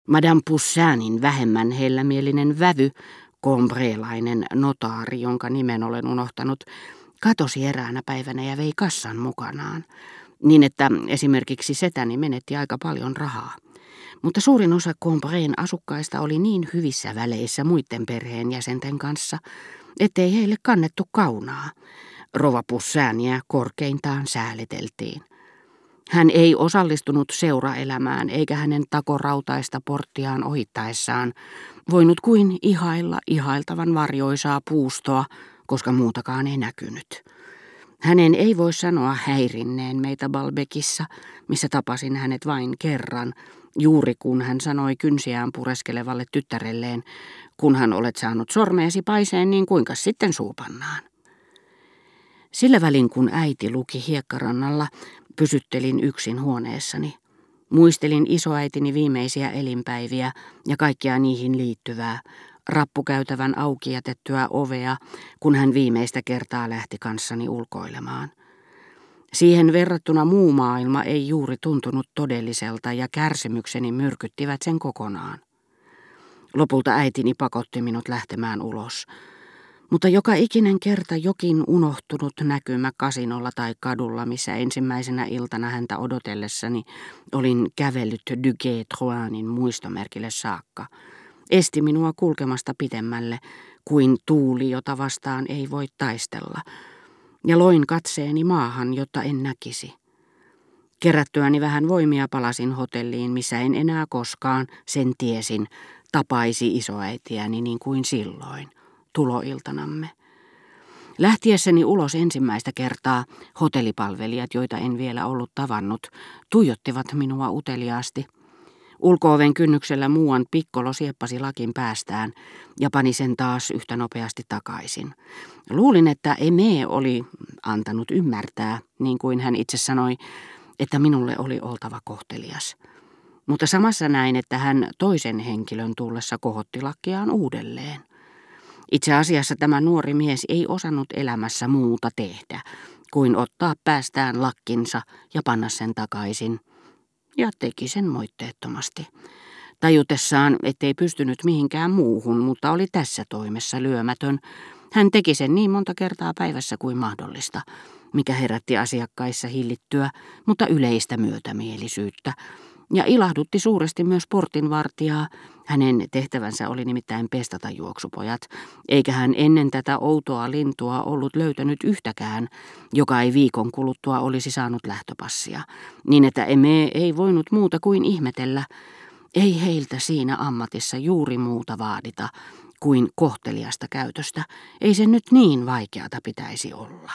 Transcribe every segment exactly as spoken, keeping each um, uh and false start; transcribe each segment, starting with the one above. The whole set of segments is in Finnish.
Madame Poussainin vähemmän hellämielinen vävy, combrelainen notaari, jonka nimen olen unohtanut, katosi eräänä päivänä ja vei kassan mukanaan, niin että esimerkiksi setäni menetti aika paljon rahaa. Mutta suurin osa Combreen asukkaista oli niin hyvissä väleissä muiden perheenjäsenten kanssa, ettei heille kannettu kaunaa. Rova Poussainia korkeintaan sääliteltiin. Hän ei osallistunut seuraelämään eikä hänen takorautaista porttiaan ohittaessaan voinut kuin ihailla ihailtavan varjoisaa puustoa, koska muutakaan ei näkynyt. Hänen ei voi sanoa häirinneen meitä Balbekissa, missä tapasin hänet vain kerran, juuri kun hän sanoi kynsiään pureskelevalle tyttärelleen, kunhan olet saanut sormeesi paiseen, niin kuinka sitten suupannaan. Sillä välin kun äiti luki hiekkarannalla, pysyttelin yksin huoneessani. Muistelin isoäitini viimeisiä elinpäiviä ja kaikkea niihin liittyvää, rappukäytävän auki jätettyä ovea, kun hän viimeistä kertaa lähti kanssani ulkoilemaan. Siihen verrattuna muu maailma ei juuri tuntunut todelliselta ja kärsimykseni myrkyttivät sen kokonaan. Lopulta äitini pakotti minut lähtemään ulos. Mutta joka ikinen kerta jokin unohtunut näkymä kasinolla tai kadulla, missä ensimmäisenä iltana häntä odotellessani olin kävellyt Duguay-Trouanin muistomerkille saakka, esti minua kulkemasta pitemmälle kuin tuuli, jota vastaan ei voi taistella, ja loin katseeni maahan, jotta en näkisi. Kerättyäni vähän voimia palasin hotelliin, missä en enää koskaan, sen tiesin, tapaisi isoäitiäni niin kuin silloin, tuloiltanamme. Lähtiessäni ulos ensimmäistä kertaa hotellipalvelijat, joita en vielä ollut tavannut, tuijottivat minua uteliaasti. Ulko-oven kynnyksellä muuan pikkolo sieppasi lakin päästään ja pani sen taas yhtä nopeasti takaisin. Luulin, että Eme oli antanut ymmärtää, niin kuin hän itse sanoi, että minulle oli oltava kohtelias. Mutta samassa näin, että hän toisen henkilön tullessa kohotti lakkiaan uudelleen. Itse asiassa tämä nuori mies ei osannut elämässä muuta tehdä, kuin ottaa päästään lakkinsa ja panna sen takaisin. Ja teki sen moitteettomasti. Tajutessaan, ettei pystynyt mihinkään muuhun, mutta oli tässä toimessa lyömätön, hän teki sen niin monta kertaa päivässä kuin mahdollista, mikä herätti asiakkaissa hillittyä, mutta yleistä myötämielisyyttä, ja ilahdutti suuresti myös portinvartijaa. Hänen tehtävänsä oli nimittäin pestata juoksupojat, eikä hän ennen tätä outoa lintua ollut löytänyt yhtäkään, joka ei viikon kuluttua olisi saanut lähtöpassia, niin että Eme ei voinut muuta kuin ihmetellä. Ei heiltä siinä ammatissa juuri muuta vaadita kuin kohteliasta käytöstä, ei se nyt niin vaikeata pitäisi olla.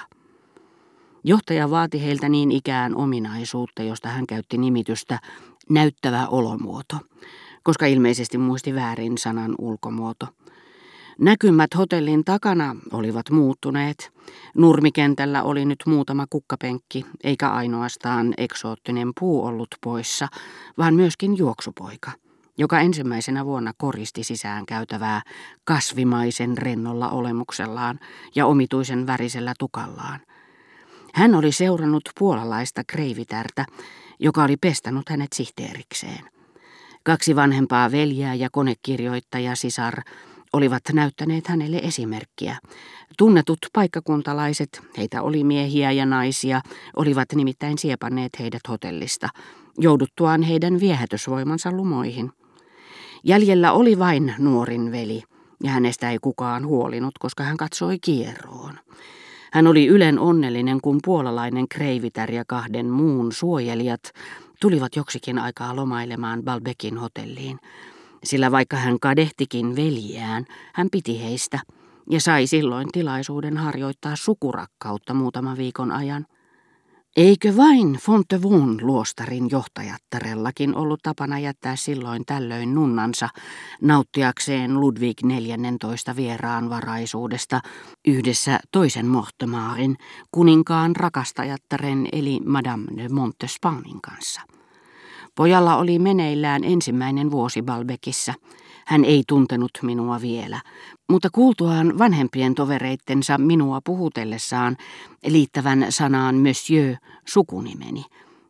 Johtaja vaati heiltä niin ikään ominaisuutta, josta hän käytti nimitystä näyttävä olomuoto, koska ilmeisesti muisti väärin sanan ulkomuoto. Näkymät hotellin takana olivat muuttuneet. Nurmikentällä oli nyt muutama kukkapenkki, eikä ainoastaan eksoottinen puu ollut poissa, vaan myöskin juoksupoika, joka ensimmäisenä vuonna koristi sisään käytävää kasvimaisen rennolla olemuksellaan ja omituisen värisellä tukallaan. Hän oli seurannut puolalaista kreivitärtä, joka oli pestänyt hänet sihteerikseen. Kaksi vanhempaa veljää ja konekirjoittaja sisar olivat näyttäneet hänelle esimerkkiä. Tunnetut paikkakuntalaiset, heitä oli miehiä ja naisia, olivat nimittäin siepanneet heidät hotellista, jouduttuaan heidän viehätysvoimansa lumoihin. Jäljellä oli vain nuorin veli, ja hänestä ei kukaan huolinut, koska hän katsoi kierroon. Hän oli ylen onnellinen, kun puolalainen kreivitär ja kahden muun suojelijat tulivat joksikin aikaa lomailemaan Balbekin hotelliin, sillä vaikka hän kadehtikin veljiään, hän piti heistä ja sai silloin tilaisuuden harjoittaa sukurakkautta muutaman viikon ajan. Eikö vain Fontevraud luostarin johtajattarellakin ollut tapana jättää silloin tällöin nunnansa nauttiakseen Ludwig neljännentoista vieraanvaraisuudesta yhdessä toisen Mortemarin, kuninkaan rakastajattaren eli Madame de Montespanin kanssa. Pojalla oli meneillään ensimmäinen vuosi Balbekissa. Hän ei tuntenut minua vielä, mutta kuultuaan vanhempien tovereittensa minua puhutellessaan liittävän sanaan monsieur sukunimeni,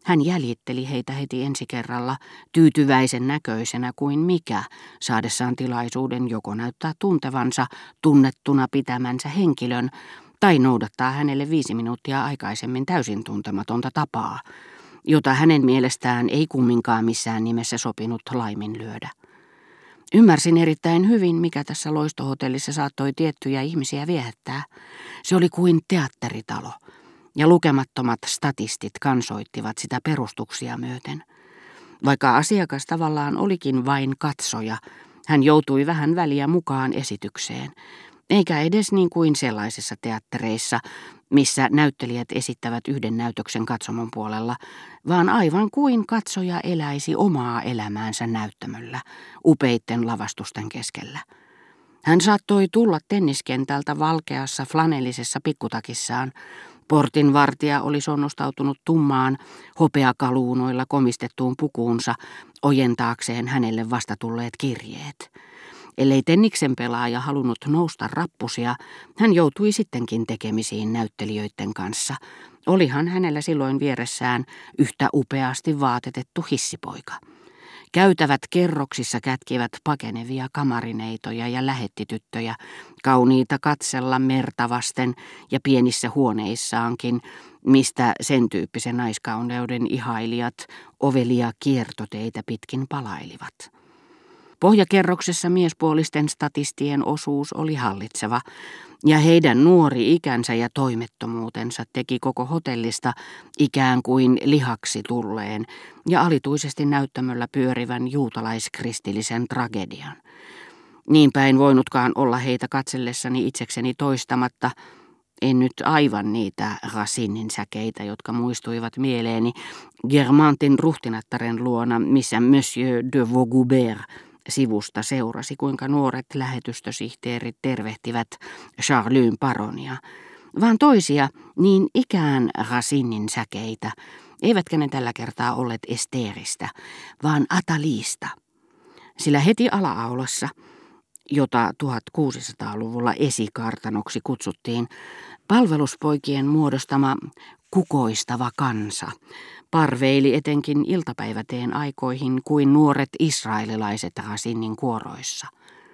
Hän jäljitteli heitä heti ensi kerralla, tyytyväisen näköisenä kuin mikä, saadessaan tilaisuuden joko näyttää tuntevansa tunnettuna pitämänsä henkilön, tai noudattaa hänelle viisi minuuttia aikaisemmin täysin tuntematonta tapaa, jota hänen mielestään ei kumminkaan missään nimessä sopinut laiminlyödä. Ymmärsin erittäin hyvin, mikä tässä loistohotellissa saattoi tiettyjä ihmisiä viehättää. Se oli kuin teatteritalo, ja lukemattomat statistit kansoittivat sitä perustuksia myöten. Vaikka asiakas tavallaan olikin vain katsoja, hän joutui vähän väliä mukaan esitykseen, eikä edes niin kuin sellaisissa teattereissa, missä näyttelijät esittävät yhden näytöksen katsomon puolella, vaan aivan kuin katsoja eläisi omaa elämäänsä näyttämöllä, upeitten lavastusten keskellä. Hän saattoi tulla tenniskentältä valkeassa flanellisessa pikkutakissaan. Portinvartija oli sonnustautunut tummaan hopeakaluunoilla komistettuun pukuunsa ojentaakseen hänelle vastatulleet kirjeet. Ellei tenniksen pelaaja halunnut nousta rappusia, hän joutui sittenkin tekemisiin näyttelijöiden kanssa. Olihan hänellä silloin vieressään yhtä upeasti vaatetettu hissipoika. Käytävät kerroksissa kätkivät pakenevia kamarineitoja ja lähettityttöjä, kauniita katsella merta vasten ja pienissä huoneissaankin, mistä sen tyyppisen naiskauneuden ihailijat ovelia kiertoteitä pitkin palailivat. Pohjakerroksessa miespuolisten statistien osuus oli hallitseva, ja heidän nuori ikänsä ja toimettomuutensa teki koko hotellista ikään kuin lihaksi tulleen ja alituisesti näyttämöllä pyörivän juutalaiskristillisen tragedian. Niinpä en voinutkaan olla heitä katsellessani itsekseni toistamatta, en nyt aivan niitä Racinin säkeitä, jotka muistuivat mieleeni Guermantin ruhtinattaren luona, missä Monsieur de Vaugoubert sivusta seurasi, kuinka nuoret lähetystösihteerit tervehtivät Charlyn paronia, vaan toisia niin ikään Racinin säkeitä, eivätkä ne tällä kertaa olleet Esteeristä, vaan Ataliista. Sillä heti ala-aulassa, jota tuhatkuusisataaluvulla esikartanoksi kutsuttiin, palveluspoikien muodostama kukoistava kansa parveili etenkin iltapäiväteen aikoihin kuin nuoret israelilaiset Racinin kuoroissa.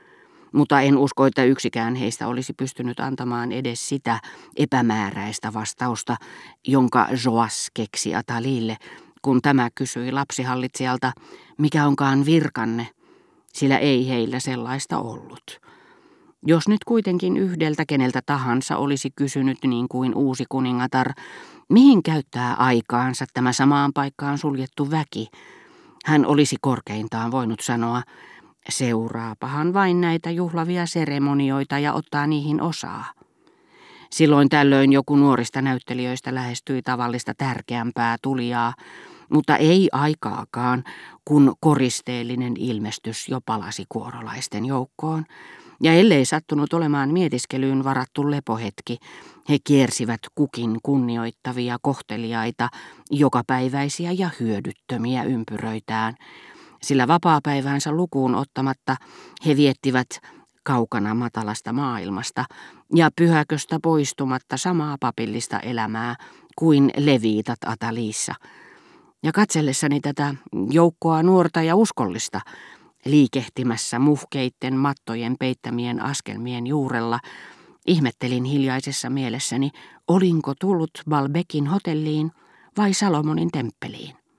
Mutta en usko, että yksikään heistä olisi pystynyt antamaan edes sitä epämääräistä vastausta, jonka Joas keksi Atalille, kun tämä kysyi lapsihallitsijalta, mikä onkaan virkanne, sillä ei heillä sellaista ollut. Jos nyt kuitenkin yhdeltä keneltä tahansa olisi kysynyt niin kuin uusi kuningatar, mihin käyttää aikaansa tämä samaan paikkaan suljettu väki, hän olisi korkeintaan voinut sanoa, seuraapahan vain näitä juhlavia seremonioita ja ottaa niihin osaa. Silloin tällöin joku nuorista näyttelijöistä lähestyi tavallista tärkeämpää tulijaa, mutta ei aikaakaan, kun koristeellinen ilmestys jo palasi kuorolaisten joukkoon. Ja ellei sattunut olemaan mietiskelyyn varattu lepohetki, he kiersivät kukin kunnioittavia kohteliaita, jokapäiväisiä ja hyödyttömiä ympyröitään, sillä vapaapäiväänsä lukuun ottamatta he viettivät kaukana matalasta maailmasta ja pyhäköstä poistumatta samaa papillista elämää kuin leviitat Ataliissa. Ja katsellessani tätä joukkoa nuorta ja uskollista, liikehtimässä muhkeitten mattojen peittämien askelmien juurella, ihmettelin hiljaisessa mielessäni, olinko tullut Balbekin hotelliin vai Salomonin temppeliin.